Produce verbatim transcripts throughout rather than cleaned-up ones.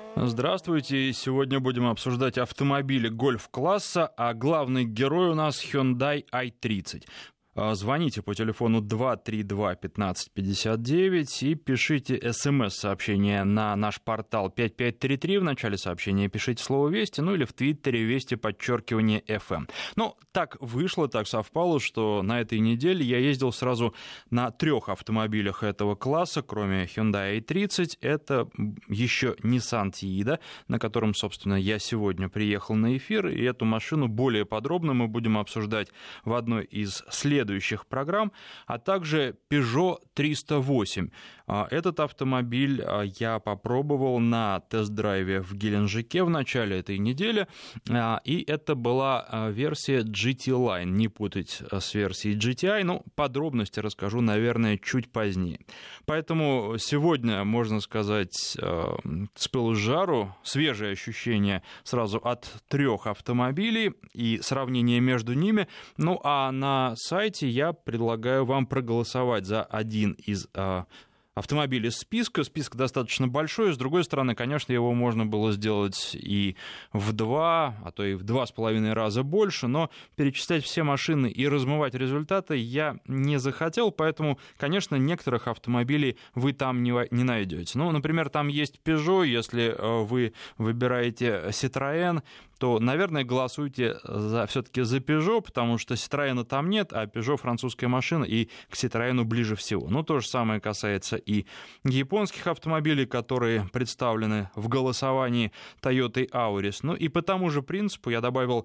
Здравствуйте. Сегодня будем обсуждать автомобили гольф-класса, а главный герой у нас Hyundai ай тридцать. Звоните по телефону два три два пятнадцать пятьдесят девять и пишите смс-сообщение на наш портал пять пять три три. В начале сообщения пишите слово «Вести», ну или в Твиттере «Вести», подчеркивание эф эм. Ну, так вышло, так совпало, что на этой неделе я ездил сразу на трех автомобилях этого класса, кроме Hyundai ай тридцать. Это еще Nissan Tiida, на котором, собственно, я сегодня приехал на эфир, и эту машину более подробно мы будем обсуждать в одной из следующих программ, а также Peugeot триста восемь. Этот автомобиль я попробовал на тест-драйве в Геленджике в начале этой недели, и это была версия джи ти Line, не путать с версией джи ти ай, но подробности расскажу, наверное, чуть позднее. Поэтому сегодня, можно сказать, с пылу с жару, свежие ощущения сразу от трех автомобилей и сравнение между ними. Ну а на сайте я предлагаю вам проголосовать за один из а, автомобилей списка. Список достаточно большой. С другой стороны, конечно, его можно было сделать и в два, а то и в два с половиной раза больше, но перечислять все машины и размывать результаты я не захотел, поэтому, конечно, некоторых автомобилей вы там не, не найдете. Ну, например, там есть Peugeot, если вы выбираете Citroën, то, наверное, голосуйте за, все-таки за Peugeot, потому что Citroёна там нет, а Peugeot французская машина и к Citroёну ближе всего. Ну, то же самое касается и японских автомобилей, которые представлены в голосовании Toyota Auris. Ну, и по тому же принципу я добавил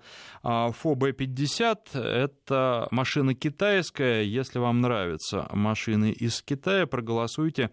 эф би пятьдесят. Это машина китайская. Если вам нравятся машины из Китая, проголосуйте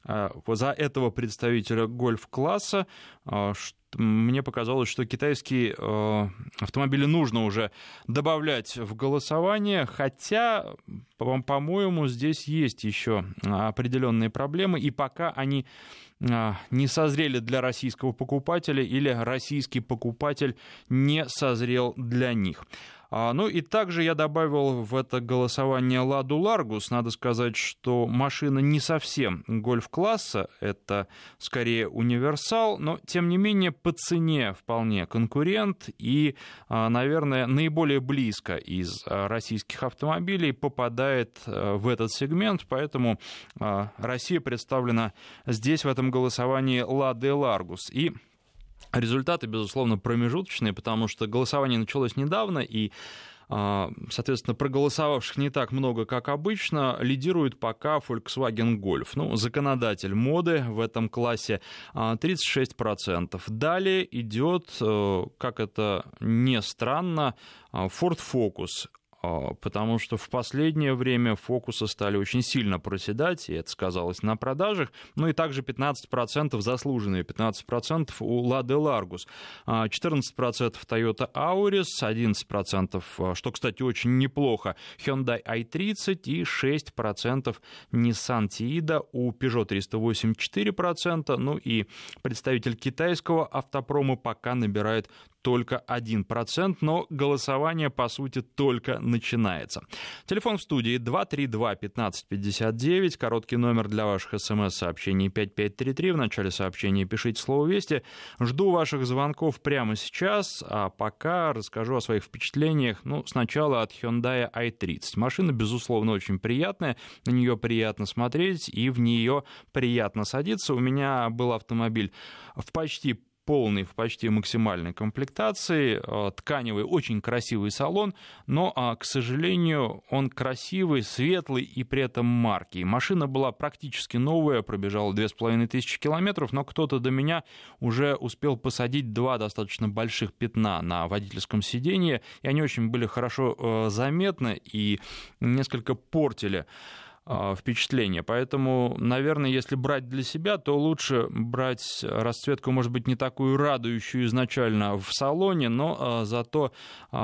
за этого представителя гольф-класса, что мне показалось, что китайские э, автомобили нужно уже добавлять в голосование, хотя, по-моему, здесь есть еще определенные проблемы, и пока они э, не созрели для российского покупателя или российский покупатель не созрел для них. Ну и также я добавил в это голосование Ладу Ларгус. Надо сказать, что машина не совсем гольф-класса, это скорее универсал, но тем не менее по цене вполне конкурент и, наверное, наиболее близко из российских автомобилей попадает в этот сегмент, поэтому Россия представлена здесь в этом голосовании Ладой Ларгус. И результаты, безусловно, промежуточные, потому что голосование началось недавно, и, соответственно, проголосовавших не так много, как обычно. Лидирует пока Volkswagen Golf. Ну, законодатель моды в этом классе тридцать шесть процентов. Далее идет, как это ни странно, Ford Focus. Потому что в последнее время фокусы стали очень сильно проседать, и это сказалось на продажах. Ну и также пятнадцать процентов заслуженные, пятнадцать процентов у Лады Ларгус, четырнадцать процентов Toyota Auris, одиннадцать процентов, что, кстати, очень неплохо, Hyundai ай тридцать и шесть процентов Nissan Tiida, у Peugeot триста восемь четыре процента, ну и представитель китайского автопрома пока набирает только один процент, но голосование, по сути, только начинается. Телефон в студии два три два пятнадцать пятьдесят девять, короткий номер для ваших смс-сообщений пять пять три три, в начале сообщения пишите слово «Вести». Жду ваших звонков прямо сейчас, а пока расскажу о своих впечатлениях. Ну, сначала от Hyundai ай тридцать. Машина, безусловно, очень приятная, на нее приятно смотреть и в нее приятно садиться. У меня был автомобиль в почти полный, в почти максимальной комплектации, тканевый, очень красивый салон, но, к сожалению, он красивый, светлый и при этом маркий. Машина была практически новая, пробежала две с половиной тысячи километров, но кто-то до меня уже успел посадить два достаточно больших пятна на водительском сиденье, и они очень были хорошо заметны и несколько портили впечатление. Поэтому, наверное, если брать для себя, то лучше брать расцветку, может быть, не такую радующую изначально в салоне, но зато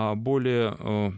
более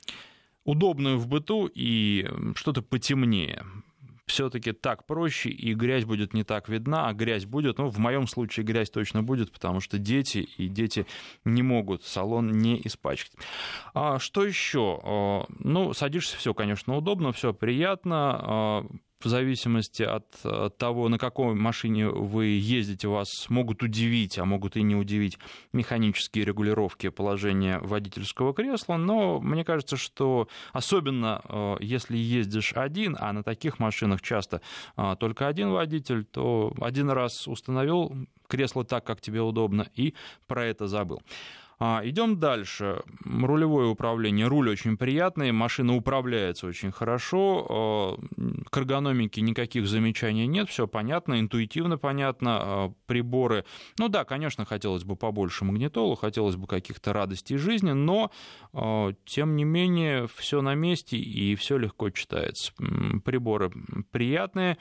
удобную в быту и что-то потемнее. Все-таки так проще, и грязь будет не так видна, а грязь будет, ну, в моем случае грязь точно будет, потому что дети, и дети не могут салон не испачкать. А что еще? Ну, садишься, все, конечно, удобно, все приятно. в зависимости от того, на какой машине вы ездите, вас могут удивить, а могут и не удивить механические регулировки положения водительского кресла, но мне кажется, что особенно если ездишь один, а на таких машинах часто только один водитель, то один раз установил кресло так, как тебе удобно, и про это забыл. Идем дальше. Рулевое управление. Руль очень приятный, машина управляется очень хорошо, к эргономике никаких замечаний нет, все понятно, интуитивно понятно, приборы. Ну да, конечно, хотелось бы побольше магнитолу, хотелось бы каких-то радостей жизни, но тем не менее все на месте и все легко читается. Приборы приятные.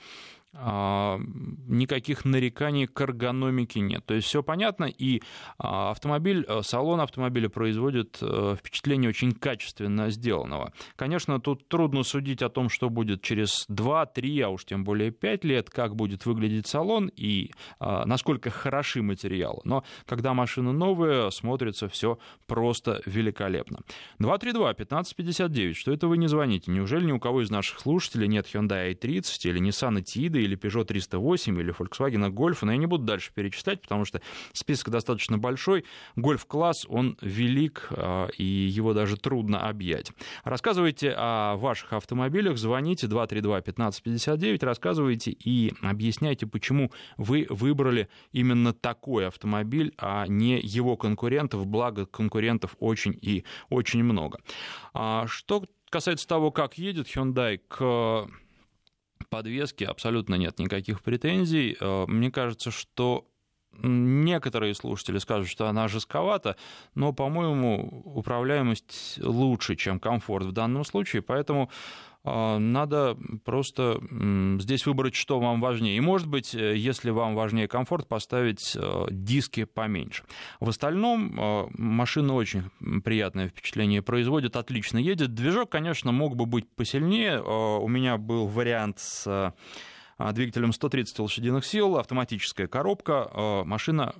Никаких нареканий к эргономике нет. То есть все понятно, и автомобиль, салон автомобиля производит впечатление очень качественно сделанного. Конечно, тут трудно судить о том, что будет через два-три, а уж тем более пять лет, как будет выглядеть салон и насколько хороши материалы. Но когда машина новая, смотрится все просто великолепно. два три два пятнадцать пятьдесят девять. Что это вы не звоните? Неужели ни у кого из наших слушателей нет Hyundai ай тридцать или Nissan Tiida, или Peugeot триста восемь, или Volkswagen Golf, но я не буду дальше перечислять, потому что список достаточно большой. Гольф-класс, он велик, и его даже трудно объять. Рассказывайте о ваших автомобилях, звоните два три два пятнадцать пятьдесят девять, рассказывайте и объясняйте, почему вы выбрали именно такой автомобиль, а не его конкурентов, благо конкурентов очень и очень много. Что касается того, как едет Hyundai, к подвеске абсолютно нет никаких претензий. Мне кажется, что некоторые слушатели скажут, что она жестковата, но, по-моему, управляемость лучше, чем комфорт в данном случае, поэтому надо просто здесь выбрать, что вам важнее. И, может быть, если вам важнее комфорт, поставить диски поменьше. В остальном машина очень приятное впечатление производит, отлично едет. Движок, конечно, мог бы быть посильнее. У меня был вариант с двигателем сто тридцать лошадиных сил, автоматическая коробка. Машина,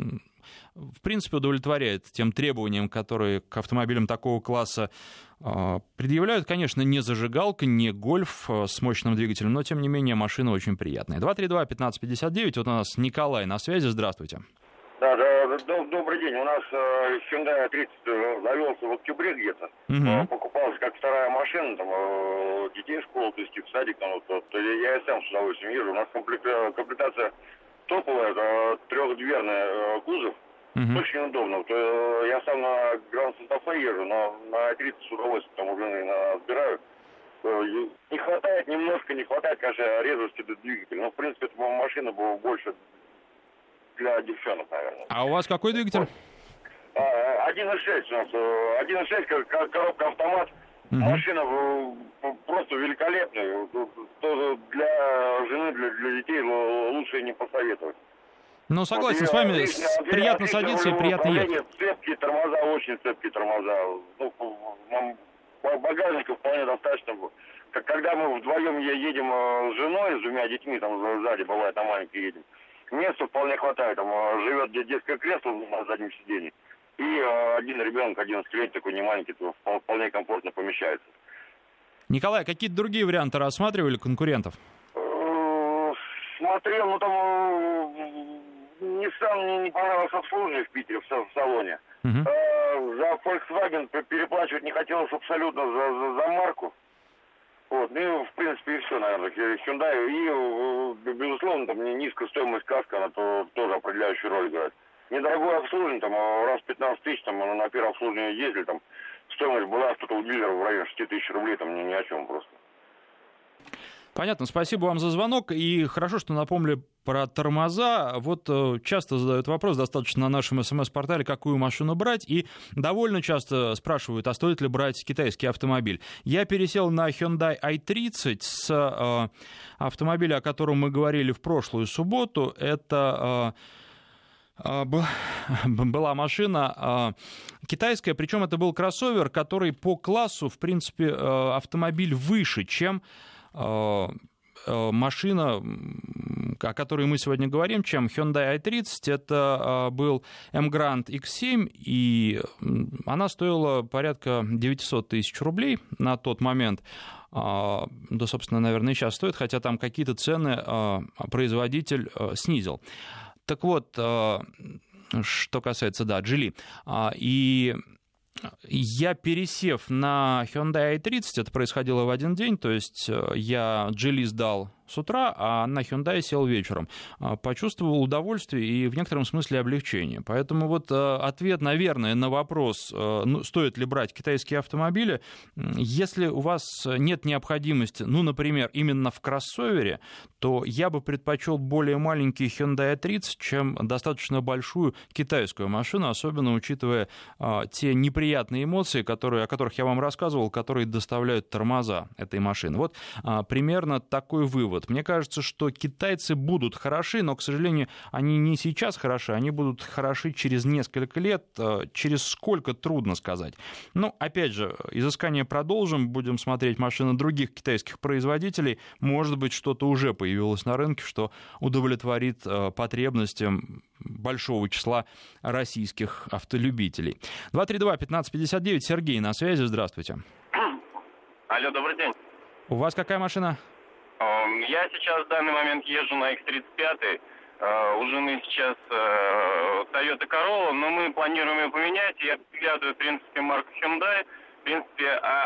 в принципе, удовлетворяет тем требованиям, которые к автомобилям такого класса предъявляют. Конечно, не зажигалка, не гольф с мощным двигателем, но, тем не менее, машина очень приятная. два три два пятнадцать пятьдесят девять, вот у нас Николай на связи, здравствуйте. Да, да, добрый день. У нас Hyundai ай тридцать завелся в октябре где-то. Угу. Покупался как вторая машина, там, детей в школу, то есть в садик. Там, вот, вот. Я и сам с удовольствием езжу. У нас комплектация топовая, это трехдверный кузов. Угу. Очень удобно. Вот, я сам на Grand Santa Fe езжу, но на ай тридцать с удовольствием там уже отбираю. Не хватает, немножко не хватает, конечно, резвости до двигателя. Но, в принципе, эта машина была больше для девчонок, наверное. А у вас какой двигатель? один и шесть у нас. один и шесть, коробка автомат. Угу. Машина просто великолепная. Для жены, для, для детей лучше не посоветовать. Ну, согласен вот, с вами. Отлично, приятно отлично, садиться и приятно ехать. Цепкие тормоза, очень цепкие тормоза. Ну, нам багажника вполне достаточно. Когда мы вдвоем едем с женой, с двумя детьми, там сзади бывает, на маленькие едем, места вполне хватает. Там живет детское кресло на заднем сиденье. И один ребенок, одиннадцатилетний, такой не маленький, вполне комфортно помещается. Николай, какие-то другие варианты рассматривали конкурентов? Смотрел, ну там Nissan мне не понравилось обслуживание в Питере, в, в салоне. Uh-huh. А, за Volkswagen переплачивать не хотелось абсолютно за, за, за марку. Вот, ну и в принципе и все, наверное, Hyundai. И, безусловно, там низкая стоимость каска, она то, тоже определяющую роль играет. Недорогое обслуживание, там раз пятнадцать тысяч, там на первое обслуживание ездили, там стоимость была что-то у дилера в районе шесть тысяч рублей, там ни, ни о чем просто. Понятно, спасибо вам за звонок, и хорошо, что напомнили про тормоза. Вот часто задают вопрос, достаточно на нашем смс-портале, какую машину брать, и довольно часто спрашивают, а стоит ли брать китайский автомобиль. Я пересел на Hyundai ай тридцать с э, автомобиля, о котором мы говорили в прошлую субботу. Это... Э, была машина китайская, причем это был кроссовер, который по классу, в принципе, автомобиль выше, чем машина, о которой мы сегодня говорим, чем Hyundai ай тридцать. Это был Emgrand икс семь, и она стоила порядка девятьсот тысяч рублей на тот момент. Да, собственно, наверное, и сейчас стоит, хотя там какие-то цены производитель снизил. Так вот, что касается, да, Geely. И я, пересев на Hyundai ай тридцать, это происходило в один день, то есть я Geely сдал с утра, а на Hyundai сел вечером. Почувствовал удовольствие и в некотором смысле облегчение. Поэтому вот ответ, наверное, на вопрос, ну, стоит ли брать китайские автомобили, если у вас нет необходимости, ну, например, именно в кроссовере, то я бы предпочел более маленький Hyundai ай тридцать, чем достаточно большую китайскую машину, особенно учитывая те неприятные эмоции, которые, о которых я вам рассказывал, которые доставляют тормоза этой машины. Вот примерно такой вывод. Мне кажется, что китайцы будут хороши, но, к сожалению, они не сейчас хороши, они будут хороши через несколько лет. Через сколько, трудно сказать. Ну, опять же, изыскание продолжим, будем смотреть машины других китайских производителей. Может быть, что-то уже появилось на рынке, что удовлетворит потребностям большого числа российских автолюбителей. два три два пятнадцать пятьдесят девять, Сергей на связи, здравствуйте. Алло, добрый день. У вас какая машина? Я сейчас в данный момент езжу на икс тридцать пять, у жены сейчас Toyota Corolla, но мы планируем ее поменять. Я приглядываю, в принципе, марку Hyundai. В принципе,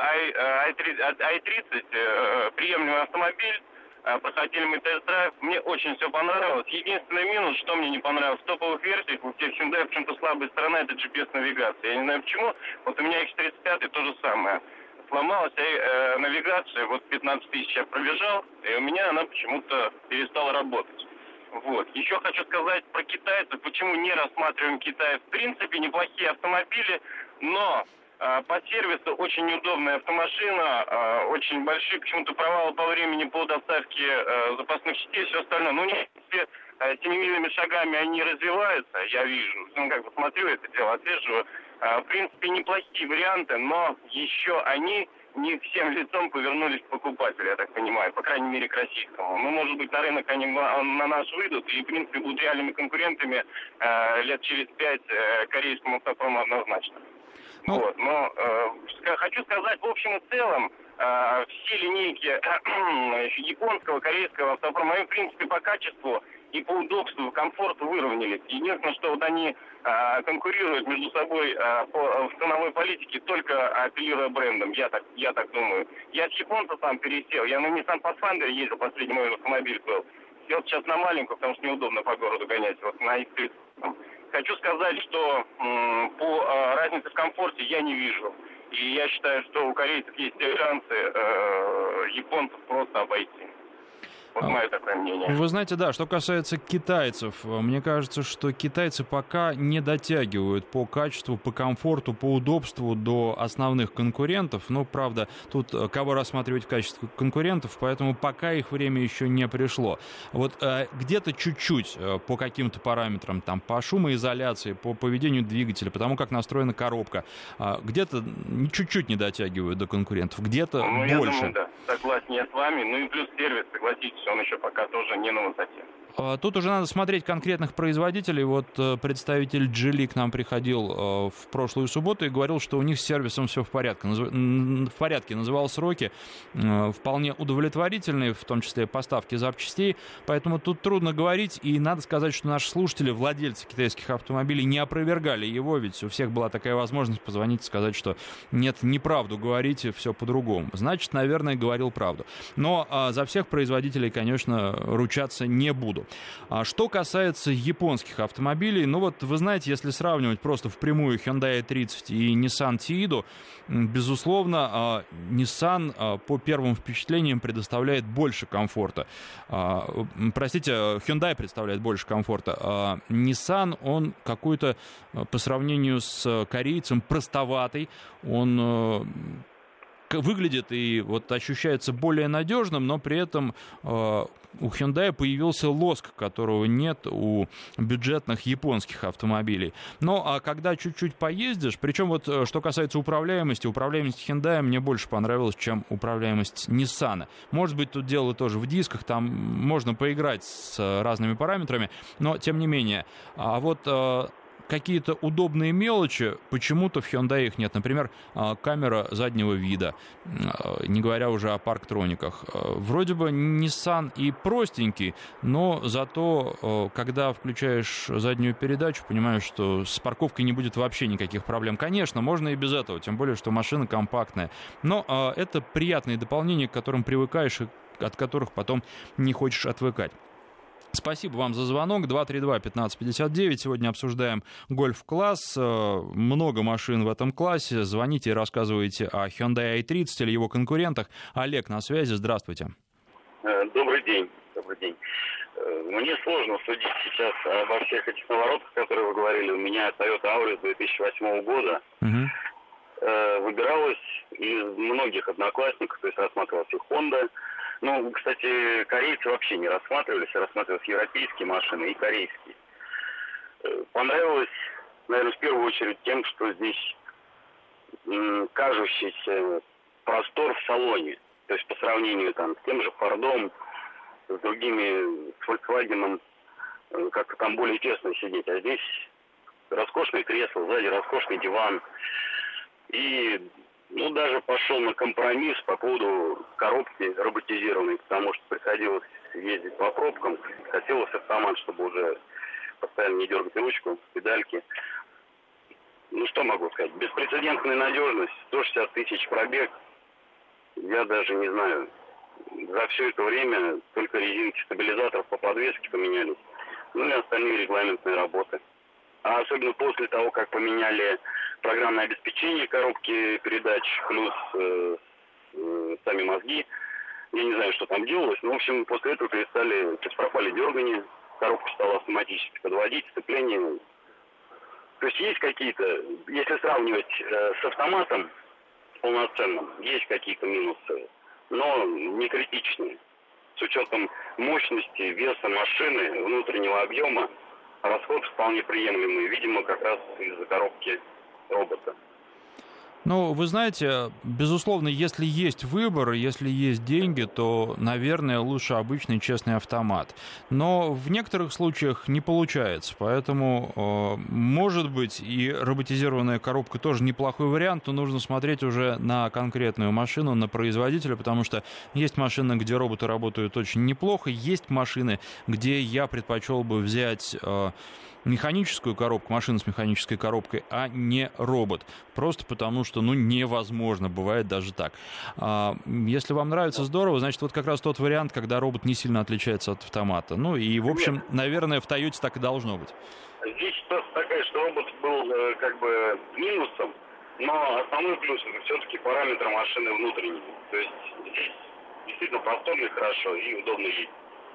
ай тридцать приемлемый автомобиль, проходили мы тест-драйв, мне очень все понравилось. Единственный минус, что мне не понравилось, в топовых версиях у всех Hyundai почему-то слабая сторона — это джи пи эс-навигация. Я не знаю почему, вот у меня икс тридцать пять то же самое. Сломалась э, навигация, вот пятнадцать тысяч я пробежал, и у меня она почему-то перестала работать. Вот. Еще хочу сказать про китайцев, почему не рассматриваем Китай. В принципе, неплохие автомобили, но э, по сервису очень неудобная автомашина, э, очень большие почему-то провалы по времени по доставке э, запасных частей и все остальное. Ну, не все э, семимильными шагами они развиваются, я вижу, ну, как бы смотрю это дело, отслеживаю. В принципе, неплохие варианты, но еще они не всем лицом повернулись к покупателю, я так понимаю, по крайней мере, к российскому. Ну, может быть, на рынок они на нас выйдут и, в принципе, будут реальными конкурентами э, лет через пять э, корейскому автопрому однозначно. Ну... Вот. Но э, хочу сказать, в общем и целом, э, все линейки э, японского, корейского автопрома, они, в принципе, по качеству и по удобству, комфорту выровнялись. Единственное, что вот они а, конкурируют между собой а, по, в ценовой политике, только апеллируя брендом, я так, я так думаю. Я с японца сам пересел, я на Nissan Pathfinder ездил, последний мой автомобиль был. Сел сейчас на маленькую, потому что неудобно по городу гонять, вот на икс тридцать. Хочу сказать, что м, по а, разнице в комфорте я не вижу. И я считаю, что у корейцев есть все шансы э, японцев просто обойти. Вот мое такое мнение. Вы знаете, да, что касается китайцев, мне кажется, что китайцы пока не дотягивают по качеству, по комфорту, по удобству до основных конкурентов. Ну, правда, тут кого рассматривать в качестве конкурентов, поэтому пока их время еще не пришло. Вот э, где-то чуть-чуть э, по каким-то параметрам, там, по шумоизоляции, по поведению двигателя, потому как настроена коробка, э, где-то чуть-чуть не дотягивают до конкурентов, где-то ну, больше. Я думаю, да, согласен я с вами. Ну и плюс сервис, согласитесь, он еще пока тоже не на высоте. Тут уже надо смотреть конкретных производителей. Вот представитель Geely к нам приходил в прошлую субботу и говорил, что у них с сервисом все в порядке. В порядке, называл сроки вполне удовлетворительные, в том числе поставки запчастей. Поэтому тут трудно говорить. И надо сказать, что наши слушатели, владельцы китайских автомобилей, не опровергали его, ведь у всех была такая возможность позвонить и сказать, что нет, неправду говорите, все по-другому. Значит, наверное, говорил правду. Но за всех производителей, конечно, ручаться не буду. А что касается японских автомобилей, ну вот вы знаете, если сравнивать просто впрямую Hyundai ай тридцать и Nissan Tiido, безусловно, Nissan по первым впечатлениям предоставляет больше комфорта. Простите, Hyundai представляет больше комфорта. А Nissan, он какой-то по сравнению с корейцем простоватый, он... выглядит и вот ощущается более надежным, но при этом э, у Hyundai появился лоск, которого нет у бюджетных японских автомобилей. Ну, а когда чуть-чуть поездишь, причем вот что касается управляемости, управляемость Hyundai мне больше понравилась, чем управляемость Nissan. Может быть, тут дело тоже в дисках, там можно поиграть с разными параметрами, но тем не менее. А вот э, какие-то удобные мелочи, почему-то в Hyundai их нет. Например, камера заднего вида, не говоря уже о парктрониках. Вроде бы Nissan и простенький, но зато, когда включаешь заднюю передачу, понимаешь, что с парковкой не будет вообще никаких проблем. Конечно, можно и без этого, тем более, что машина компактная. Но это приятные дополнения, к которым привыкаешь и от которых потом не хочешь отвыкать. Спасибо вам за звонок. два три два пятнадцать пятьдесят девять. Сегодня обсуждаем гольф-класс. Много машин в этом классе. Звоните и рассказывайте о Hyundai ай тридцать или его конкурентах. Олег на связи. Здравствуйте. Добрый день. Добрый день. Мне сложно судить сейчас обо всех этих наворотах, которые вы говорили. У меня Toyota Auris две тысячи восьмого года. Угу. Выбиралась из многих одноклассников, то есть рассматривалась и Honda. Ну, кстати, корейцы вообще не рассматривались, рассматривались европейские машины и корейские. Понравилось, наверное, в первую очередь тем, что здесь м, кажущийся простор в салоне. То есть по сравнению там, с тем же Фордом, с другими, с Volkswagen, как-то там более тесно сидеть. А здесь роскошное кресло, сзади роскошный диван. И... Ну, даже пошел на компромисс по поводу коробки роботизированной, потому что приходилось ездить по пробкам. Хотелось автомат, чтобы уже постоянно не дергать ручку, педальки. Ну, что могу сказать? Беспрецедентная надежность, сто шестьдесят тысяч пробег. Я даже не знаю. За все это время только резинки стабилизаторов по подвеске поменялись. Ну, и остальные регламентные работы. А особенно после того, как поменяли программное обеспечение коробки передач, плюс э, э, сами мозги. Я не знаю, что там делалось, но, в общем, после этого перестали, то есть пропали дергания, коробка стала автоматически подводить, сцепление. То есть есть какие-то, если сравнивать э, с автоматом полноценным, есть какие-то минусы, но не критичные. С учетом мощности, веса машины, внутреннего объема, расход вполне приемлемый, видимо, как раз из-за коробки робота. Ну, вы знаете, безусловно, если есть выбор, если есть деньги, то, наверное, лучше обычный честный автомат. Но в некоторых случаях не получается, поэтому, э, может быть, и роботизированная коробка тоже неплохой вариант, но нужно смотреть уже на конкретную машину, на производителя, потому что есть машины, где роботы работают очень неплохо, есть машины, где я предпочел бы взять... Э, механическую коробку, машину с механической коробкой, а не робот. Просто потому, что, ну, невозможно, бывает даже так. А, если вам нравится, здорово, значит, вот как раз тот вариант, когда робот не сильно отличается от автомата. Ну, и, в общем, наверное, в Тойоте так и должно быть. Здесь ситуация такая, что робот был как бы минусом, но основной плюс — это все-таки параметры машины внутренние. То есть здесь действительно просторно и хорошо, и удобно ездить.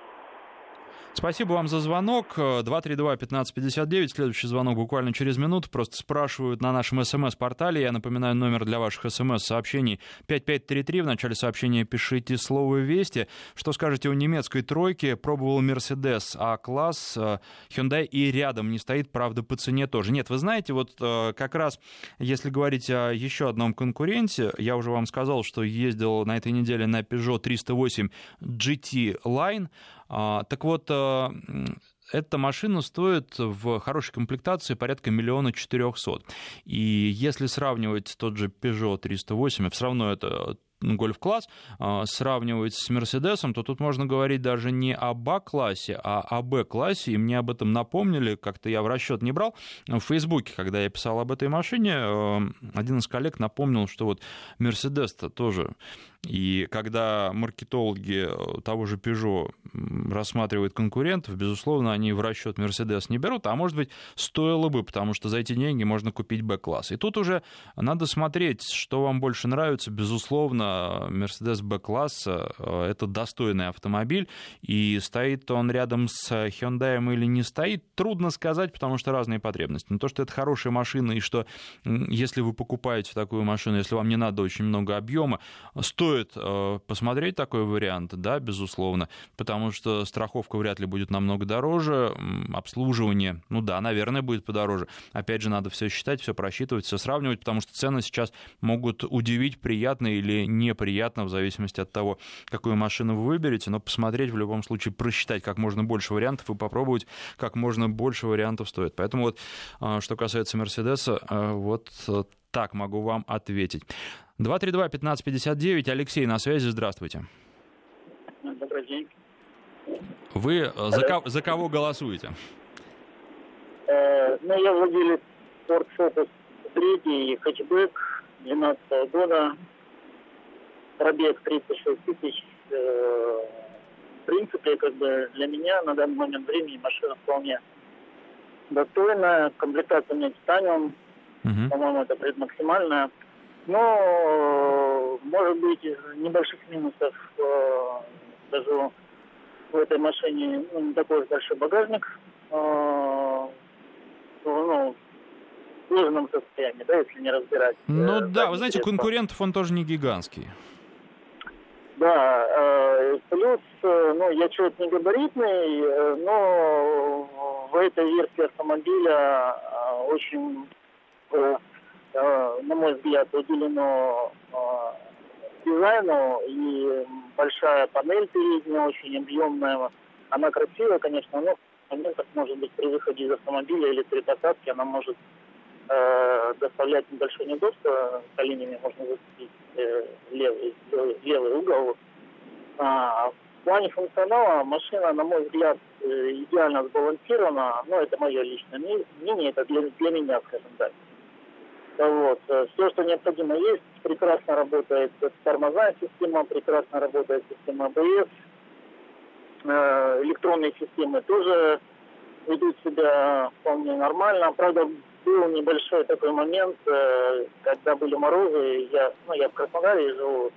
Спасибо вам за звонок. два три два пятнадцать пятьдесят девять. Следующий звонок буквально через минуту. Просто спрашивают на нашем СМС-портале. Я напоминаю, номер для ваших СМС-сообщений пять пять три три. В начале сообщения пишите слово «Вести». Что скажете о немецкой тройке? Пробовал Mercedes А-класс. Hyundai и рядом не стоит, правда, по цене тоже. Нет, вы знаете, вот как раз, если говорить о еще одном конкуренте, я уже вам сказал, что ездил на этой неделе на Peugeot триста восемь джи ти Line. А, так вот, а, эта машина стоит в хорошей комплектации порядка миллиона четырехсот. И если сравнивать тот же Peugeot триста восемь, все равно это гольф-класс, сравнивать с Мерседесом, то тут можно говорить даже не об А-классе, а о Б-классе, и мне об этом напомнили, как-то я в расчет не брал. В Фейсбуке, когда я писал об этой машине, один из коллег напомнил, что вот Мерседес-то тоже. И когда маркетологи того же Peugeot рассматривают конкурентов, безусловно, они в расчет Мерседес не берут, а может быть, стоило бы, потому что за эти деньги можно купить Б-класс. И тут уже надо смотреть, что вам больше нравится. Безусловно, безусловно, Mercedes B-класса — это достойный автомобиль, и стоит он рядом с Hyundai или не стоит, трудно сказать, потому что разные потребности. Но то, что это хорошая машина, и что если вы покупаете такую машину, если вам не надо очень много объема, стоит посмотреть такой вариант, да, безусловно, потому что страховка вряд ли будет намного дороже, обслуживание, ну да, наверное, будет подороже. Опять же, надо все считать, все просчитывать, все сравнивать, потому что цены сейчас могут удивить приятно или неприятно, в зависимости от того, какую машину вы выберете, но посмотреть, в любом случае, просчитать как можно больше вариантов и попробовать как можно больше вариантов стоит. Поэтому вот, что касается Мерседеса, вот так могу вам ответить. два три два пятнадцать пятьдесят девять, Алексей на связи, здравствуйте. Добрый день. Вы за, ко- за кого голосуете? Э, ну, я владелец Ford Focus три, хэтчбэк двенадцатого года, пробег тридцать шесть тысяч. Э, в принципе, как бы для меня на данный момент времени машина вполне достойная. Комплектация у меня титаниум, uh-huh. по-моему, это предмаксимальная. Но, может быть, из небольших минусов, э, скажу, в этой машине ну, не такой большой багажник, э, ну, в сложном состоянии, да, если не разбирать. Ну э, да, вы знаете, средства. Конкурентов он тоже не гигантский. Да, э, плюс, э, ну, я человек не габаритный, э, но в этой версии автомобиля э, очень, э, э, на мой взгляд, уделено э, дизайну, и большая панель передняя, очень объемная. Она красивая, конечно, но в моментах, может быть, при выходе из автомобиля или при посадке она может э, доставлять небольшое неудобство. Коленями можно зацепить э, левый, левый, левый угол. А, в плане функционала машина, на мой взгляд, идеально сбалансирована. Но это мое личное мнение, это для, для меня, скажем так. Вот. Все, что необходимо есть, прекрасно работает тормозная система, прекрасно работает система а бэ эс. Электронные системы тоже ведут себя вполне нормально. Правда, был небольшой такой момент, когда были морозы, я, ну, я в Краснодаре живу,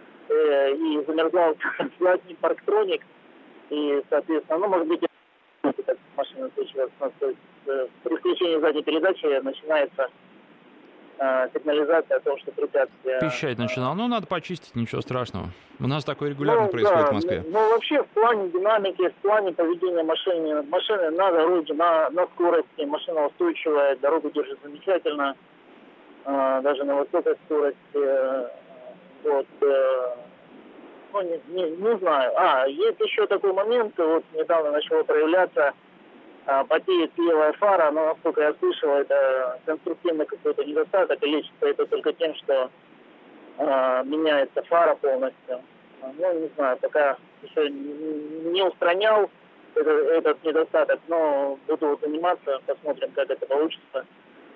и замерзал задний парктроник, и, соответственно, ну, может быть, как машина случилась, то есть при включении задней передачи начинается сигнализация о том, что препятствие... Пищать начинал. Ну, надо почистить, ничего страшного. У нас такое регулярно ну, происходит да, в Москве. Ну, ну, вообще, в плане динамики, в плане поведения машины, машины на дороге, на, на скорости, машина устойчивая, дорогу держит замечательно, э, даже на высокой скорости. Э, вот, э, ну, не, не, не знаю. А, есть еще такой момент, вот недавно начало проявляться, потеет левая фара, но, насколько я слышал, это конструктивный какой-то недостаток, и лечится это только тем, что э, меняется фара полностью. Ну, не знаю, пока еще не устранял это, этот недостаток, но буду заниматься, посмотрим, как это получится.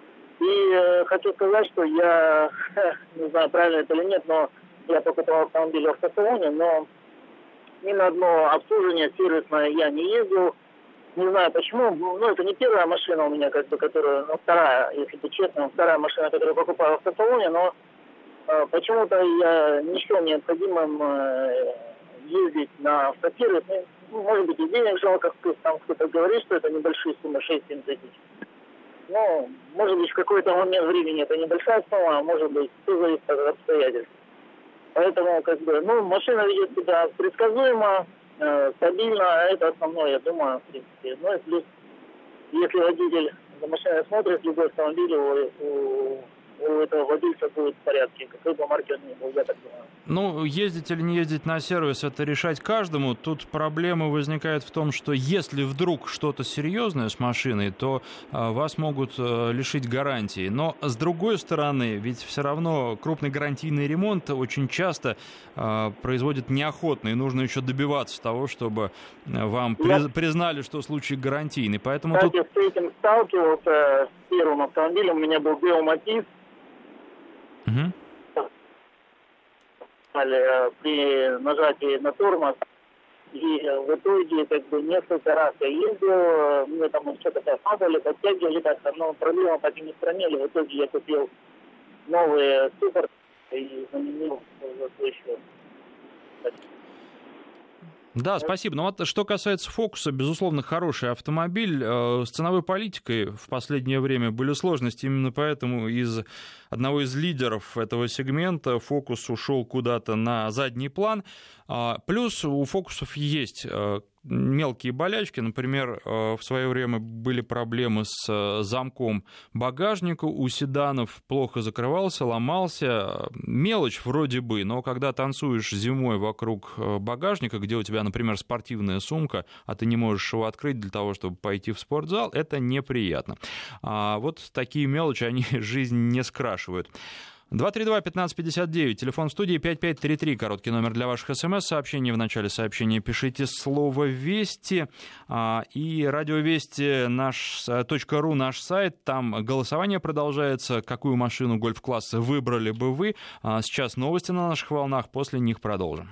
И э, хочу сказать, что я, не знаю, правильно это или нет, но я покупал автомобиль в автосалоне, но ни на одно обслуживание сервисное я не ездил. Не знаю почему, ну это не первая машина у меня, как бы, которая, ну вторая, если быть честным, вторая машина, которую я покупаю в автосалоне, но э, почему-то я не счел необходимым э, ездить на автосервис. Ну, может быть, и денег жалко, там кто-то говорит, что это небольшие суммы, шесть-семь тысяч. Ну, может быть, в какой-то момент времени это небольшая сумма, а может быть, все зависит от обстоятельств. Поэтому, как бы, ну, машина ведет себя предсказуемо, стабильно, это основное, я думаю, в принципе. Ну и плюс, если водитель за машиной смотрит, любой автомобиль у, у, у этого владельца будет в порядке, какой бы марки он ни был, я так думаю. Ну, ездить или не ездить на сервис, это решать каждому. Тут проблема возникает в том, что если вдруг что-то серьезное с машиной, то а, вас могут а, лишить гарантии. Но, с другой стороны, ведь все равно крупный гарантийный ремонт очень часто а, производит неохотно, и нужно еще добиваться того, чтобы вам приз, признали, что случай гарантийный. Поэтому Кстати, тут... с этим сталкивался с первым автомобилем, у меня был Део Матис. Угу. При нажатии на тормоз, и в итоге как бы несколько раз я ездил, мне там что-то подсказывали, подтягивали как-то, но проблема так и не устранили. В итоге я купил новые супер и заменил устойчивый. Да, спасибо. Но вот что касается Фокуса, безусловно, хороший автомобиль. С ценовой политикой в последнее время были сложности. Именно поэтому из одного из лидеров этого сегмента Фокус ушел куда-то на задний план. Плюс у Фокусов есть мелкие болячки. Например, в свое время были проблемы с замком багажника у седанов. Плохо закрывался, ломался. Мелочь вроде бы, но когда танцуешь зимой вокруг багажника, где у тебя, например, спортивная сумка, а ты не можешь его открыть для того, чтобы пойти в спортзал, это неприятно. А вот такие мелочи, они жизнь не скрашивают. два три два пятнадцать пятьдесят девять, телефон в студии пять пять три три, короткий номер для ваших смс-сообщений. В начале сообщения пишите слово «Вести», и радиовести наш, .ру, наш сайт, там голосование продолжается. Какую машину гольф-класса выбрали бы вы? Сейчас новости на наших волнах, после них продолжим.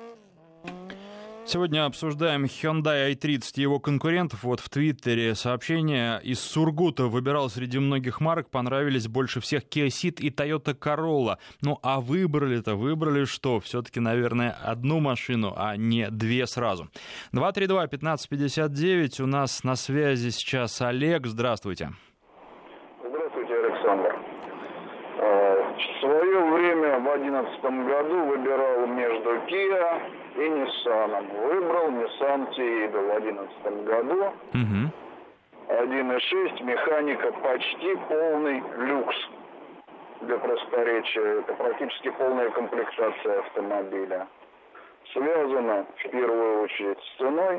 Сегодня обсуждаем Hyundai ай тридцать и его конкурентов. Вот в Твиттере сообщение: из Сургута выбирал среди многих марок, понравились больше всех Kia Ceed и Toyota Corolla. Ну а выбрали-то, выбрали что? Все-таки, наверное, одну машину, а не две сразу. два три два пятнадцать пятьдесят девять, у нас на связи сейчас Олег. Здравствуйте. Здравствуйте, Александр. В свое время, в две тысячи одиннадцатом году, выбирал между Kia и Nissan. Выбрал Nissan Tiido в две тысячи одиннадцатом году. Угу. один и шесть, механика, почти полный люкс. Для просторечия, это практически полная комплектация автомобиля. Связано в первую очередь с ценой.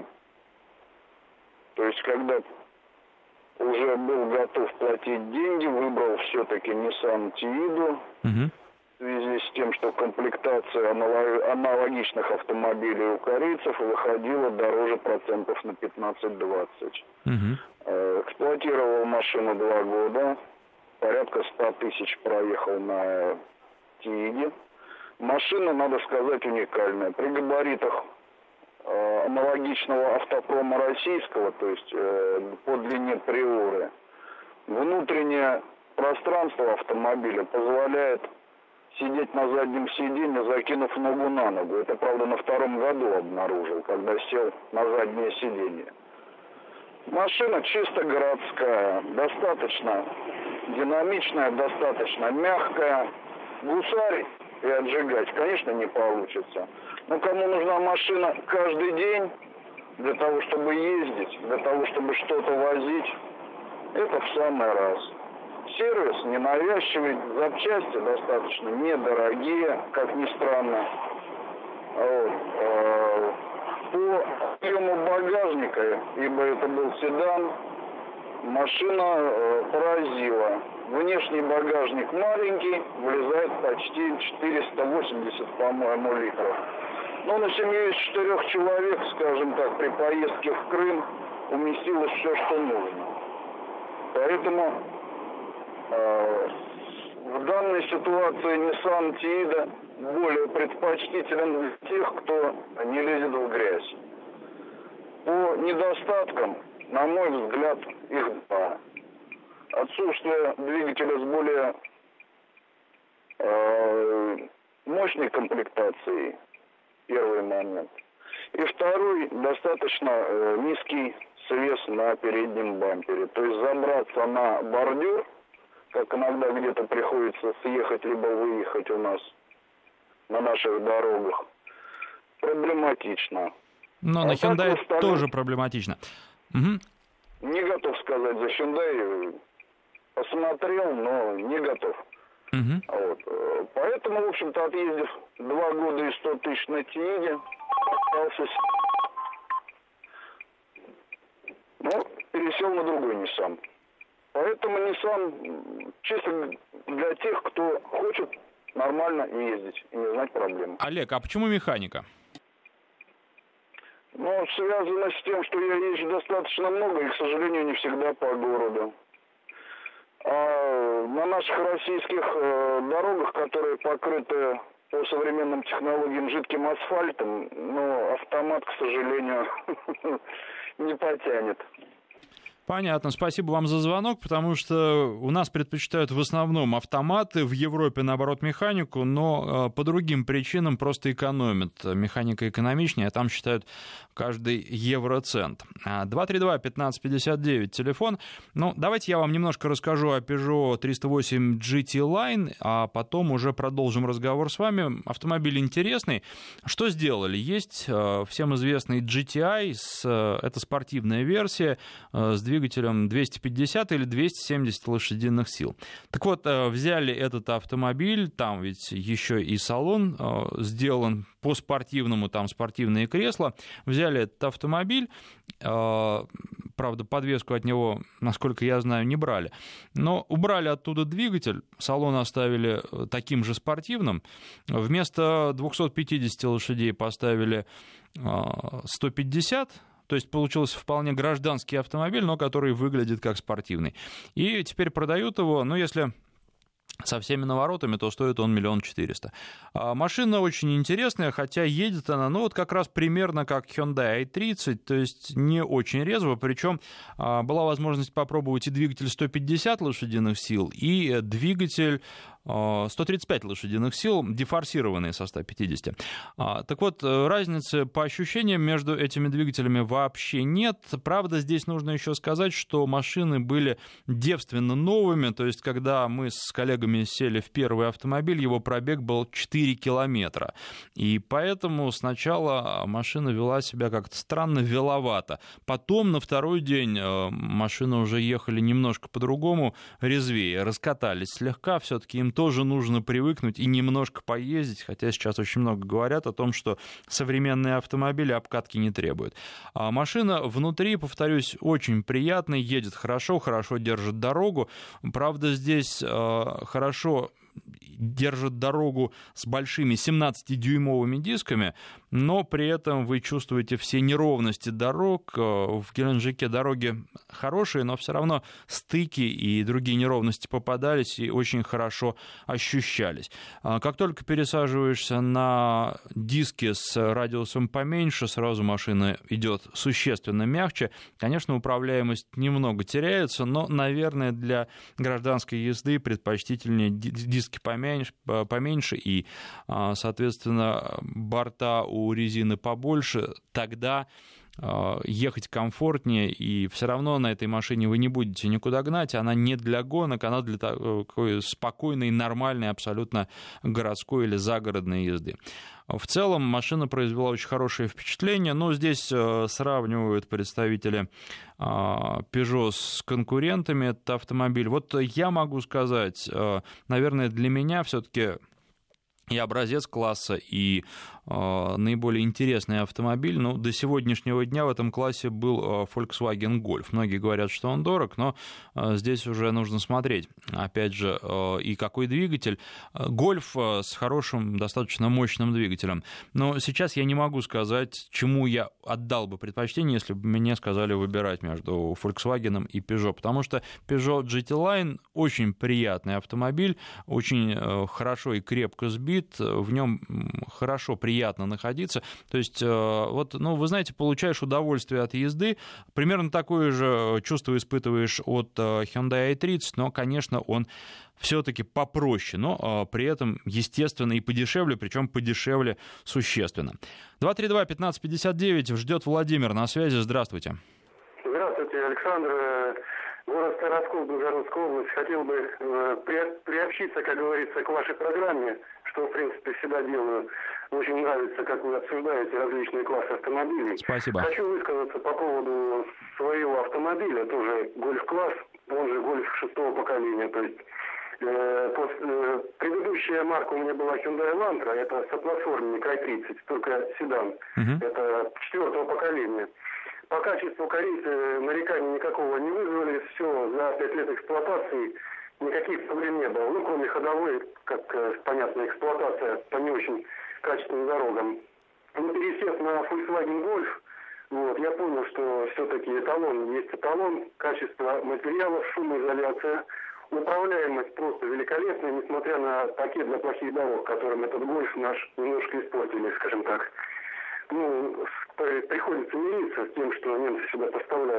То есть, когда уже был готов платить деньги, выбрал все-таки Nissan Tiido. Угу. В связи с тем, что комплектация аналогичных автомобилей у корейцев выходила дороже процентов на пятнадцать-двадцать. Угу. Эксплуатировал машину два года, порядка ста тысяч проехал на Тииде. Машина, надо сказать, уникальная. При габаритах э, аналогичного автопрома российского, то есть э, по длине приоры, внутреннее пространство автомобиля позволяет сидеть на заднем сиденье, закинув ногу на ногу. Это, правда, на втором году обнаружил, когда сел на заднее сиденье. Машина чисто городская, достаточно динамичная, достаточно мягкая. Гусарить и отжигать, конечно, не получится. Но кому нужна машина каждый день для того, чтобы ездить, для того, чтобы что-то возить, это в самый раз. Сервис ненавязчивый, запчасти достаточно недорогие, как ни странно. Вот. По объему багажника, ибо это был седан, машина поразила. Внешний багажник маленький, влезает почти четыреста восемьдесят, по-моему, литров. Но на семью из четырех человек, скажем так, при поездке в Крым уместилось все, что нужно. Поэтому э, в данной ситуации Nissan Tiido более предпочтителен для тех, кто не лезет в грязь. По недостаткам, на мой взгляд, их два. Отсутствие двигателя с более э, мощной комплектацией, первый момент. И второй, достаточно э, низкий свес на переднем бампере. То есть забраться на бордюр, как иногда где-то приходится съехать либо выехать у нас на наших дорогах, проблематично. Но а на Hyundai остальном... тоже проблематично. Угу. Не готов сказать за Hyundai. Посмотрел, но не готов. Угу. Вот. Поэтому, в общем-то, отъездив два года и сто тысяч на Тииде, остался, ну, пересел на другой Nissan. Поэтому Nissan чисто для тех, кто хочет нормально ездить и не знать проблем. Олег, а почему механика? Ну, связано с тем, что я езжу достаточно много и, к сожалению, не всегда по городу. А на наших российских э, дорогах, которые покрыты по современным технологиям жидким асфальтом, ну, автомат, к сожалению, не потянет. Понятно. Спасибо вам за звонок, потому что у нас предпочитают в основном автоматы, в Европе, наоборот, механику, но по другим причинам просто экономят. Механика экономичнее, а там считают каждый евроцент. два три два пятнадцать пятьдесят девять телефон. Ну, давайте я вам немножко расскажу о Peugeot триста восемь джи ти Line, а потом уже продолжим разговор с вами. Автомобиль интересный. Что сделали? Есть всем известный джи ти ай, это спортивная версия с двигателем двигателем двести пятьдесят или двести семьдесят лошадиных сил. Так вот, взяли этот автомобиль, там ведь еще и салон сделан по-спортивному, там спортивные кресла. Взяли этот автомобиль, правда, подвеску от него, насколько я знаю, не брали, но убрали оттуда двигатель, салон оставили таким же спортивным, вместо двухсот пятидесяти лошадей поставили сто пятьдесят. То есть получился вполне гражданский автомобиль, но который выглядит как спортивный. И теперь продают его, ну, если со всеми наворотами, то стоит он миллион четыреста. А машина очень интересная, хотя едет она, ну, вот как раз примерно как Hyundai ай тридцать, то есть не очень резво, причем была возможность попробовать и двигатель сто пятьдесят лошадиных сил, и двигатель сто тридцать пять лошадиных сил, дефорсированные со ста пятидесяти. Так вот, разницы по ощущениям между этими двигателями вообще нет. Правда, здесь нужно еще сказать, что машины были девственно новыми, то есть когда мы с коллегами сели в первый автомобиль, его пробег был четыре километра. И поэтому сначала машина вела себя как-то странно, веловато. Потом на второй день машины уже ехали немножко по-другому, резвее, раскатались слегка, все-таки им тоже нужно привыкнуть и немножко поездить, хотя сейчас очень много говорят о том, что современные автомобили обкатки не требуют. А машина внутри, повторюсь, очень приятная, едет хорошо, хорошо держит дорогу. Правда, здесь э, хорошо держит дорогу с большими семнадцатидюймовыми дисками, но при этом вы чувствуете все неровности дорог. В Геленджике дороги хорошие, но все равно стыки и другие неровности попадались и очень хорошо ощущались. Как только пересаживаешься на диски с радиусом поменьше, сразу машина идет существенно мягче. Конечно, управляемость немного теряется, но, наверное, для гражданской езды предпочтительнее диски поменьше, поменьше и, соответственно, борта у резины побольше, тогда ехать комфортнее, и все равно на этой машине вы не будете никуда гнать, она не для гонок, она для такой спокойной, нормальной, абсолютно городской или загородной езды. В целом машина произвела очень хорошее впечатление, но здесь сравнивают представители Peugeot с конкурентами этот автомобиль. Вот я могу сказать, наверное, для меня все-таки и образец класса, и э, наиболее интересный автомобиль. Ну, до сегодняшнего дня в этом классе был э, Volkswagen Golf. Многие говорят, что он дорог, но э, здесь уже нужно смотреть. Опять же, э, и какой двигатель. Golf э, с хорошим, достаточно мощным двигателем. Но сейчас я не могу сказать, чему я отдал бы предпочтение, если бы мне сказали выбирать между Volkswagen и Peugeot. Потому что Peugeot джи ти Line очень приятный автомобиль, очень э, хорошо и крепко сбит. В нем хорошо, приятно находиться. То есть, вот, ну, вы знаете, получаешь удовольствие от езды. Примерно такое же чувство испытываешь от Hyundai ай тридцать, но, конечно, он все-таки попроще, но при этом, естественно, и подешевле, причем подешевле существенно. два три два пятнадцать пятьдесят девять ждет Владимир на связи. Здравствуйте. Здравствуйте, Александр. Город Староскол, Белгородская область. Хотел бы э, приобщиться, как говорится, к вашей программе, что, в принципе, всегда делаю. Очень нравится, как вы обсуждаете различные классы автомобилей. Спасибо. Хочу высказаться по поводу своего автомобиля, тоже гольф-класс, он же гольф шестого поколения. То есть э, после, э, предыдущая марка у меня была Hyundai Elantra, это соплатформенник ай тридцать, только седан. Uh-huh. Это четвертого поколения. По качеству корейцы нареканий никакого не вызвали. Все, за пять лет эксплуатации никаких проблем не было. Ну, кроме ходовой, как понятно, эксплуатация по не очень качественным дорогам. Но пересев на Volkswagen Golf, вот, я понял, что все-таки эталон есть эталон, качество материалов, шумоизоляция, управляемость просто великолепная, несмотря на пакет для плохих дорог, которым этот Golf наш немножко испортили, скажем так. Ну, приходится мириться с тем, что немцы сюда поставляют.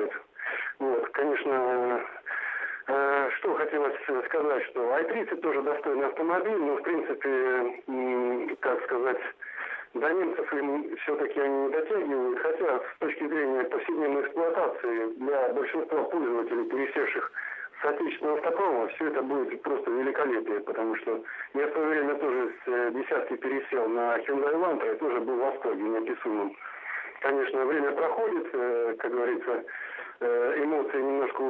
Вот, конечно, э, что хотелось сказать, что ай тридцать тоже достойный автомобиль, но, в принципе, м, как сказать, до немцев им все-таки они не дотягивают, хотя с точки зрения повседневной эксплуатации для большинства пользователей, пересевших с отечественного автопрома, все это будет просто великолепие, потому что я в свое время тоже с десятки пересел на Hyundai Elantra и тоже был в восторге неописуемым. Конечно, время проходит, как говорится, эмоции немножко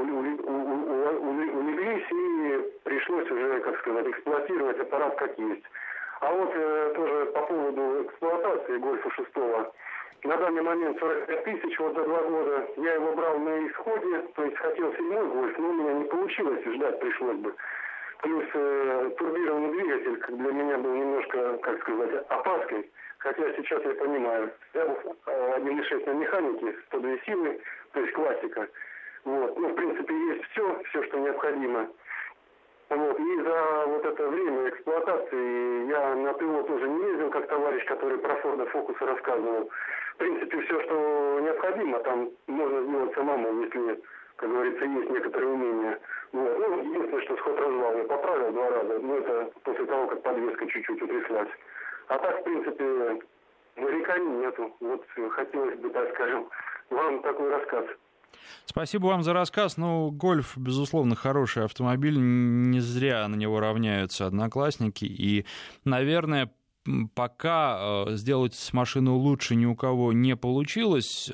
улеглись, и пришлось уже, как сказать, эксплуатировать аппарат как есть. А вот э, тоже по поводу эксплуатации Гольфа шестого. На данный момент сорок пять тысяч, вот за два года я его брал на исходе, то есть хотел седьмой Гольф, но у меня не получилось, ждать пришлось бы. Плюс э, турбированный двигатель как для меня был немножко, как сказать, опаской, хотя сейчас я понимаю, я был э, один и шесть на механике, сто две силы, то есть классика. Вот. Ну, в принципе, есть все, все, что необходимо. Вот. И за вот это время эксплуатации я на ТО тоже не ездил, как товарищ, который про Форда Фокуса рассказывал. В принципе, все, что необходимо, там можно сделать самому, если, как говорится, есть некоторые умения. Вот. Ну, единственное, что сход-развал я поправил два раза, но это после того, как подвеска чуть-чуть утряслась. А так, в принципе, нареканий нету. Вот хотелось бы, так скажем, вам такой рассказ. Спасибо вам за рассказ. Ну, Гольф, безусловно, хороший автомобиль. Не зря на него равняются одноклассники. И, наверное, пока сделать машину лучше ни у кого не получилось,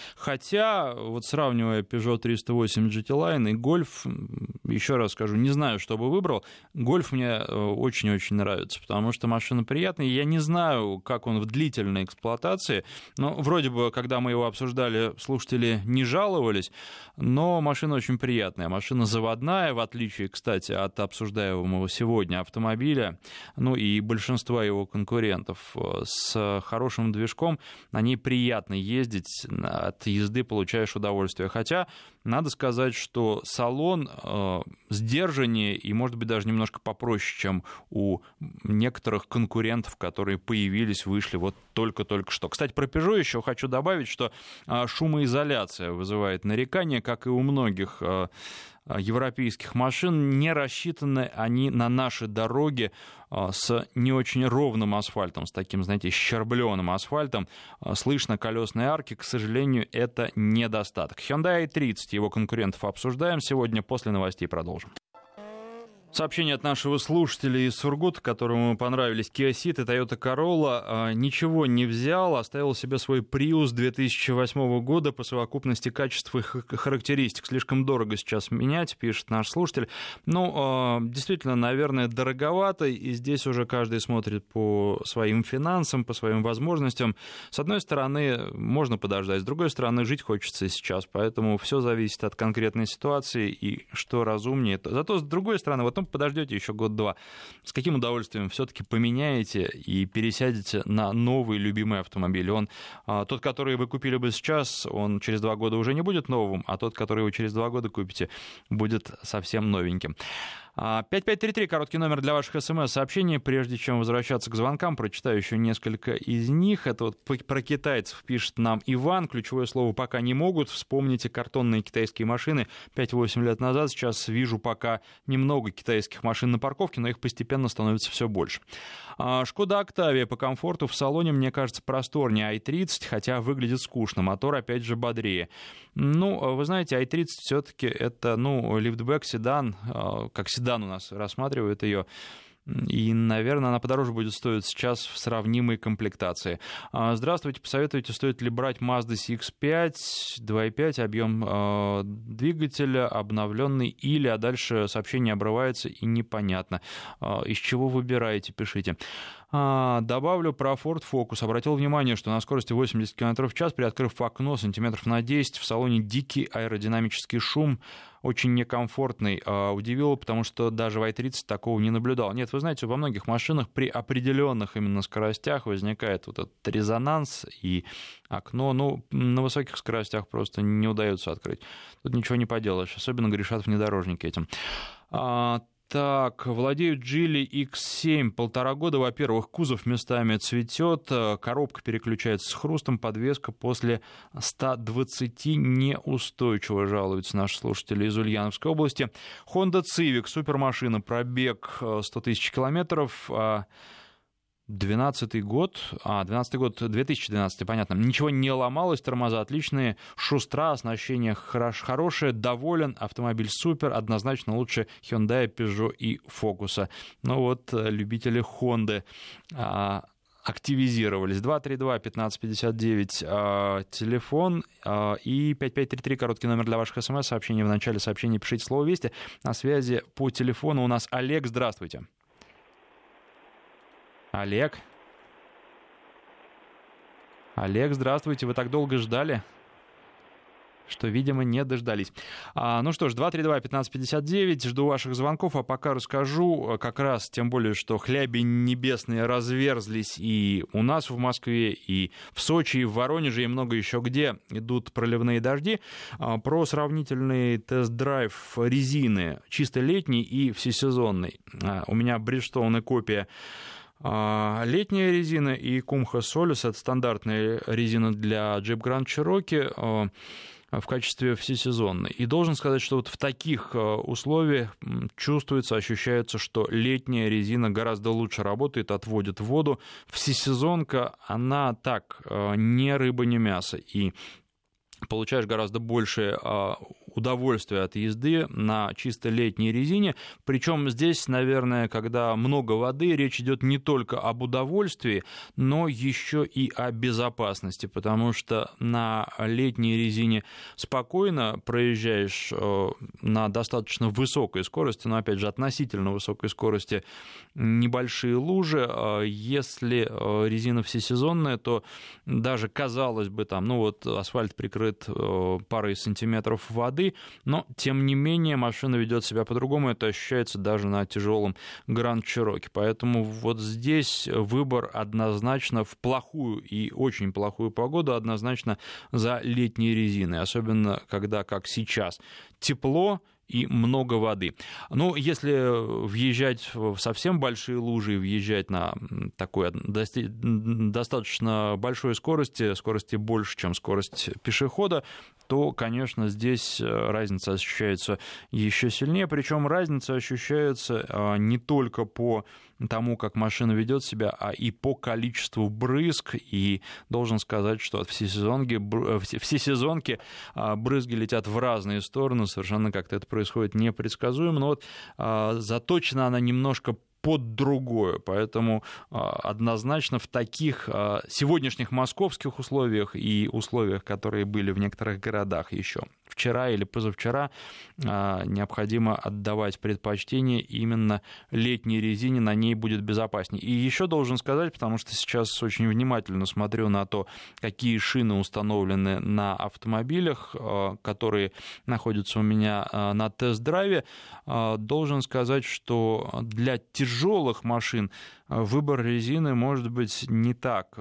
хотя, вот сравнивая Peugeot триста восемь джи ти Line и Golf, еще раз скажу, не знаю, что бы выбрал, Golf мне очень-очень нравится, потому что машина приятная, я не знаю, как он в длительной эксплуатации, но вроде бы, когда мы его обсуждали, слушатели не жаловались, но машина очень приятная, машина заводная, в отличие, кстати, от обсуждаемого сегодня автомобиля, ну и большинства его конкурентов, конкурентов с хорошим движком, на ней приятно ездить, от езды получаешь удовольствие. Хотя, надо сказать, что салон э, сдержаннее и, может быть, даже немножко попроще, чем у некоторых конкурентов, которые появились, вышли вот только-только что. Кстати, про Peugeot еще хочу добавить, что э, шумоизоляция вызывает нарекания, как и у многих э, европейских машин, не рассчитаны они на наши дороги с не очень ровным асфальтом, с таким, знаете, щербленым асфальтом. Слышно колесные арки, к сожалению, это недостаток. Hyundai ай тридцать, его конкурентов обсуждаем сегодня, после новостей продолжим. Сообщение от нашего слушателя из Сургута, которому понравились Kia Ceed и Toyota Corolla. Ничего не взял, оставил себе свой Prius две тысячи восьмого года по совокупности качеств и характеристик. Слишком дорого сейчас менять, пишет наш слушатель. Ну, действительно, наверное, дороговато, и здесь уже каждый смотрит по своим финансам, по своим возможностям. С одной стороны, можно подождать, с другой стороны, жить хочется сейчас, поэтому все зависит от конкретной ситуации и что разумнее. Зато, с другой стороны, вот подождете еще год-два, с каким удовольствием все-таки поменяете и пересядете на новый любимый автомобиль. Он, тот, который вы купили бы сейчас, он через два года уже не будет новым, а тот, который вы через два года купите, будет совсем новеньким. пять пять три три, короткий номер для ваших смс-сообщений. Прежде чем возвращаться к звонкам, прочитаю еще несколько из них. Это вот про китайцев пишет нам Иван. Ключевое слово «пока не могут». Вспомните картонные китайские машины пять-восемь лет назад. Сейчас вижу пока немного китайских машин на парковке, но их постепенно становится все больше. Шкода Октавия по комфорту в салоне, мне кажется, просторнее ай тридцать, хотя выглядит скучно. Мотор, опять же, бодрее. Ну, вы знаете, ай тридцать все-таки это, ну, лифтбэк, седан, как седан у нас рассматривают ее. И, наверное, она подороже будет стоить сейчас в сравнимой комплектации. Здравствуйте, посоветуйте, стоит ли брать Mazda си икс пять, два и пять, объем э, двигателя обновленный, или, а дальше сообщение обрывается и непонятно. Э, из чего выбираете, пишите. А, добавлю про Ford Focus. Обратил внимание, что на скорости восемьдесят километров в час, приоткрыв окно сантиметров на десять, в салоне дикий аэродинамический шум, очень некомфортный. А, удивило, потому что даже в ай тридцать такого не наблюдал. Нет, вы знаете, во многих машинах при определенных именно скоростях возникает вот этот резонанс, и окно, ну, на высоких скоростях просто не удается открыть. Тут ничего не поделаешь, особенно грешат внедорожники этим. А, Так, владею Geely икс семь, полтора года. Во-первых, кузов местами цветет, коробка переключается с хрустом, подвеска после ста двадцати неустойчива, жалуются наши слушатели из Ульяновской области. Honda Civic, супермашина, пробег сто тысяч километров. двенадцатый год, а, двенадцатый год, две тысячи двенадцатый, понятно. Ничего не ломалось, тормоза отличные, шустра, оснащение хорош, хорошее, доволен, автомобиль супер, однозначно лучше Hyundai, Peugeot и Focus. Ну вот, любители Honda а, активизировались. два три два пятнадцать пятьдесят девять а, телефон а, и пять пять три три, короткий номер для ваших смс-сообщений. В начале сообщения пишите слово «Вести». На связи по телефону у нас Олег, здравствуйте. Олег. Олег, здравствуйте. Вы так долго ждали, что, видимо, не дождались. А, ну что ж, два три два пятнадцать пятьдесят девять. Жду ваших звонков, а пока расскажу, как раз, тем более, что хляби небесные разверзлись и у нас в Москве, и в Сочи, и в Воронеже, и много еще где идут проливные дожди. А, про сравнительный тест-драйв резины, чисто летней и всесезонной. А, у меня Bridgestone и копия летняя резина и Kumho Solus — это стандартная резина для Jeep Grand Cherokee в качестве всесезонной. И должен сказать, что вот в таких условиях чувствуется, ощущается, что летняя резина гораздо лучше работает, отводит воду. Всесезонка, она так, не рыба, не мясо. И получаешь гораздо больше удовольствие от езды на чисто летней резине. Причем здесь, наверное, когда много воды, речь идет не только об удовольствии, но еще и о безопасности, потому что на летней резине спокойно проезжаешь на достаточно высокой скорости, но, опять же, относительно высокой скорости, небольшие лужи. Если резина всесезонная, то даже, казалось бы, там, ну вот асфальт прикрыт парой сантиметров воды, но, тем не менее, машина ведет себя по-другому, это ощущается даже на тяжелом Grand Cherokee. Поэтому вот здесь выбор однозначно в плохую и очень плохую погоду, однозначно за летней резиной, особенно когда, как сейчас, тепло и много воды. Ну, если въезжать в совсем большие лужи, въезжать на такой достаточно большой скорости, скорости больше, чем скорость пешехода, то, конечно, здесь разница ощущается еще сильнее. Причем разница ощущается не только по тому, как машина ведет себя, а и по количеству брызг. И должен сказать, что от всесезонки, всесезонки брызги летят в разные стороны, совершенно как-то это происходит непредсказуемо. Но вот заточена она немножко под другое, поэтому однозначно в таких сегодняшних московских условиях и условиях, которые были в некоторых городах еще вчера или позавчера, необходимо отдавать предпочтение именно летней резине, на ней будет безопаснее. И еще должен сказать, потому что сейчас очень внимательно смотрю на то, какие шины установлены на автомобилях, которые находятся у меня на тест-драйве, должен сказать, что для тяжелых тяжелых машин выбор резины может быть не так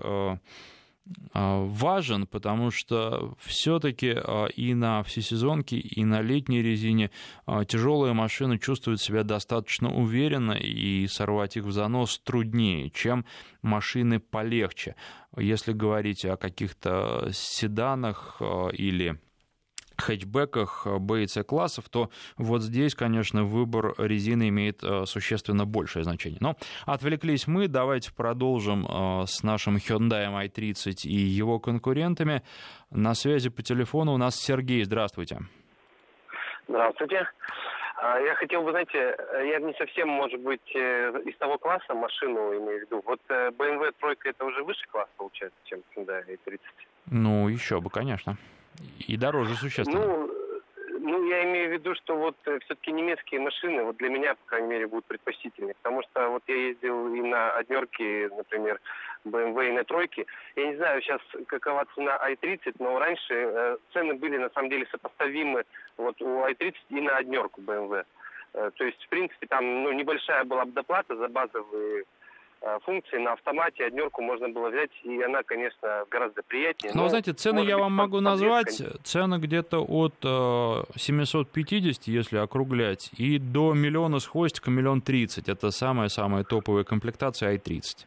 важен, потому что все-таки и на всесезонке, и на летней резине тяжелые машины чувствуют себя достаточно уверенно, и сорвать их в занос труднее, чем машины полегче. Если говорить о каких-то седанах или хэтчбеках бэ и цэ классов, то вот здесь, конечно, выбор резины имеет существенно большее значение. Но отвлеклись мы, давайте продолжим с нашим Hyundai ай тридцать и его конкурентами. На связи по телефону у нас Сергей, здравствуйте. Здравствуйте. Я хотел бы, знаете, я не совсем, может быть, из того класса машину имею в виду. Вот бэ эм вэ тройка это уже выше класс, получается, чем Hyundai ай тридцать? Ну, еще бы, конечно. И дороже существенно. Ну, ну, я имею в виду, что вот все-таки немецкие машины, вот для меня, по крайней мере, будут предпочтительнее. Потому что вот я ездил и на однерке, например, бэ эм вэ, и на тройке. Я не знаю сейчас, какова цена ай тридцать, но раньше э, цены были, на самом деле, сопоставимы вот у ай тридцать и на однерку бэ эм вэ. Э, то есть, в принципе, там ну, небольшая была доплата за базовые функции на автомате, однерку можно было взять, и она, конечно, гораздо приятнее. Но, но знаете, цены я вам могу назвать, цены где-то от э, семьсот пятьдесят, если округлять, и до миллиона с хвостиком, миллион тридцать. Это самая-самая топовая комплектация ай тридцать.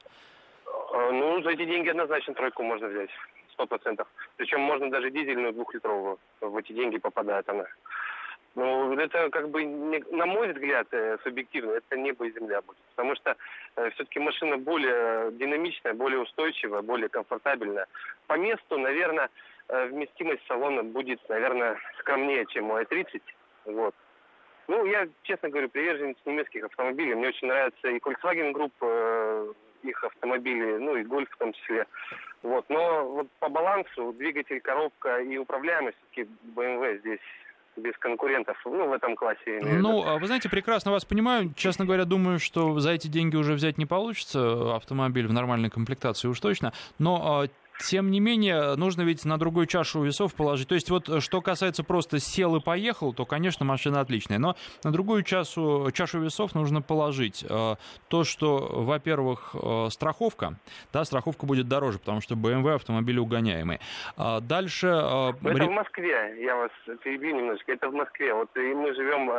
Ну, за эти деньги однозначно тройку можно взять, сто процентов. Причем можно даже дизельную двухлитровую, в эти деньги попадает она. Ну, это как бы, на мой взгляд, субъективно, это небо и земля будет. Потому что э, все-таки машина более динамичная, более устойчивая, более комфортабельная. По месту, наверное, э, вместимость салона будет, наверное, скромнее, чем у ай тридцать. Вот. Ну, я, честно говорю, приверженец немецких автомобилей. Мне очень нравится и Volkswagen Group, э, их автомобили, ну и Golf в том числе. Вот. Но вот по балансу двигатель, коробка и управляемость, все-таки бэ эм вэ здесь без конкурентов, ну, в этом классе. Ну, вы знаете, прекрасно вас понимаю. Честно говоря, думаю, что за эти деньги уже взять не получится автомобиль в нормальной комплектации уж точно. Но тем не менее, нужно ведь на другую чашу весов положить. То есть вот что касается просто сел и поехал, то, конечно, машина отличная. Но на другую чашу, чашу весов нужно положить то, что, во-первых, страховка. Да, страховка будет дороже, потому что бэ эм вэ автомобили угоняемые. Дальше... Это в Москве, я вас перебью немножечко. Это в Москве. Вот и мы живем...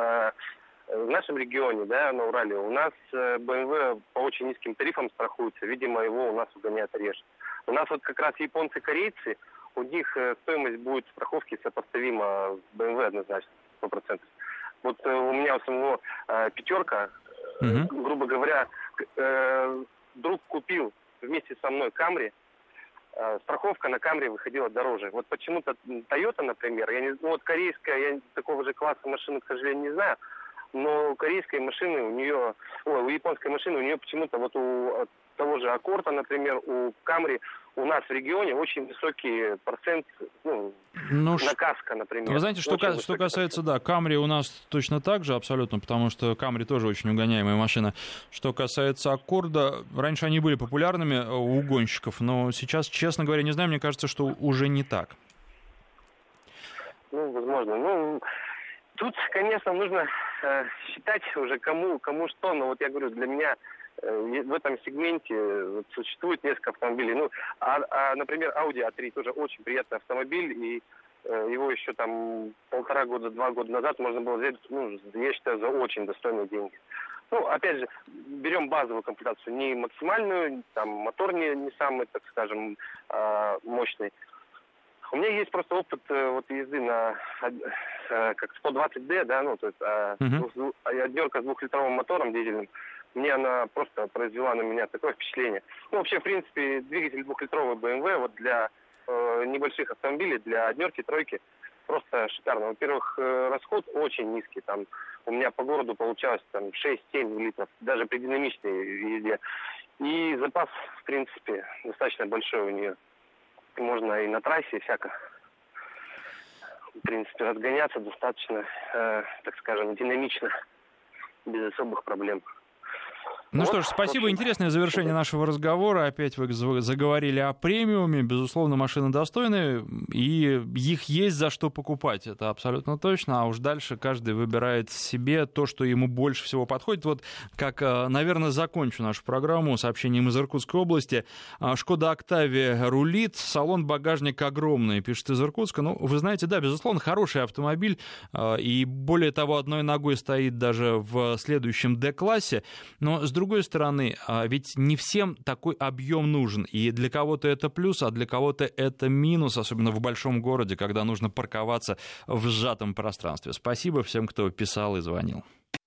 В нашем регионе, да, на Урале, у нас бэ эм вэ по очень низким тарифам страхуется. Видимо, его у нас угоняют реже. У нас вот как раз японцы-корейцы, у них стоимость будет страховки сопоставима с бэ эм вэ однозначно, сто процентов. Вот у меня у самого э, пятерка, uh-huh. э, грубо говоря, э, друг купил вместе со мной Камри, э, страховка на Камри выходила дороже. Вот почему-то Toyota, например, я не, ну, вот корейская, я такого же класса машины, к сожалению, не знаю, но у корейской машины, у нее, ой, у японской машины, у нее почему-то вот у того же Аккорда, например, у Камри, у нас в регионе очень высокий процент, ну, ну накаска, например. Вы знаете, что, ка- что касается, да, Камри у нас точно так же абсолютно, потому что Камри тоже очень угоняемая машина. Что касается Аккорда, раньше они были популярными у гонщиков, но сейчас, честно говоря, не знаю, мне кажется, что уже не так. Ну, возможно. Ну, тут, конечно, нужно э, считать уже кому, кому что, но вот я говорю, для меня э, в этом сегменте вот, существует несколько автомобилей. Ну, а, а, например, Audi а три тоже очень приятный автомобиль, и э, его еще там полтора года, два года назад можно было взять, ну, я считаю, за очень достойные деньги. Ну, опять же, берем базовую комплектацию, не максимальную, там мотор не, не самый, так скажем, э, мощный. У меня есть просто опыт э, вот езды на э, как сто двадцать дэ, да, ну, то есть э, uh-huh. однерка с двухлитровым мотором дизельным. Мне она просто произвела на меня такое впечатление. Ну, вообще, в принципе, двигатель двухлитровый бэ эм вэ вот для э, небольших автомобилей, для однерки, тройки, просто шикарно. Во-первых, э, расход очень низкий. Там у меня по городу получалось там шесть-семь литров, даже при динамичной езде. И запас, в принципе, достаточно большой у нее. Можно и на трассе всяко, в принципе, разгоняться достаточно, э, так скажем, динамично, без особых проблем. Ну вот, что ж, спасибо. Вот. Интересное завершение нашего разговора. Опять вы заговорили о премиуме. Безусловно, машины достойные, и их есть за что покупать. Это абсолютно точно. А уж дальше каждый выбирает себе то, что ему больше всего подходит. Вот как, наверное, закончу нашу программу сообщением из Иркутской области. Шкода Октавия рулит, салон-багажник огромный, пишет из Иркутска. Ну, вы знаете, да, безусловно, хороший автомобиль. И более того, одной ногой стоит даже в следующем Д-классе. Но, с С другой стороны, ведь не всем такой объем нужен, и для кого-то это плюс, а для кого-то это минус, особенно в большом городе, когда нужно парковаться в сжатом пространстве. Спасибо всем, кто писал и звонил.